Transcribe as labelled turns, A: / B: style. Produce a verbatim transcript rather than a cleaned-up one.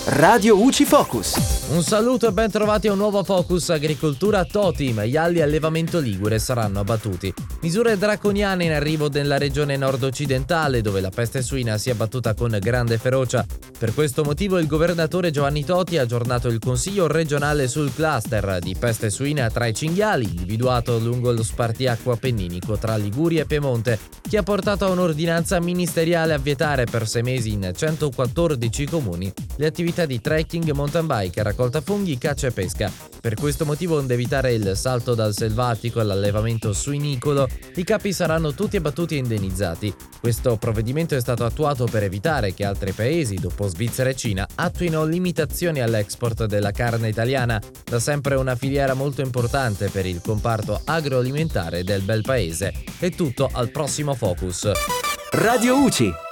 A: Radio U C I Focus.
B: Un saluto e ben trovati a un nuovo Focus Agricoltura. Toti, maiali allevamento ligure saranno abbattuti. Misure draconiane in arrivo nella regione nord-occidentale, dove la peste suina si è abbattuta con grande ferocia. Per questo motivo il governatore Giovanni Toti ha aggiornato il consiglio regionale sul cluster di peste suina tra i cinghiali, individuato lungo lo spartiacque appenninico tra Liguria e Piemonte, che ha portato a un'ordinanza ministeriale a vietare per sei mesi in centoquattordici comuni le attività di trekking, mountain bike, raccolta funghi, caccia e pesca. Per questo motivo, onde evitare il salto dal selvatico all'allevamento suinicolo, i capi saranno tutti abbattuti e indennizzati. Questo provvedimento è stato attuato per evitare che altri paesi, dopo Svizzera e Cina, attuino limitazioni all'export della carne italiana, da sempre una filiera molto importante per il comparto agroalimentare del bel paese. È tutto, al prossimo Focus.
A: Radio U C I.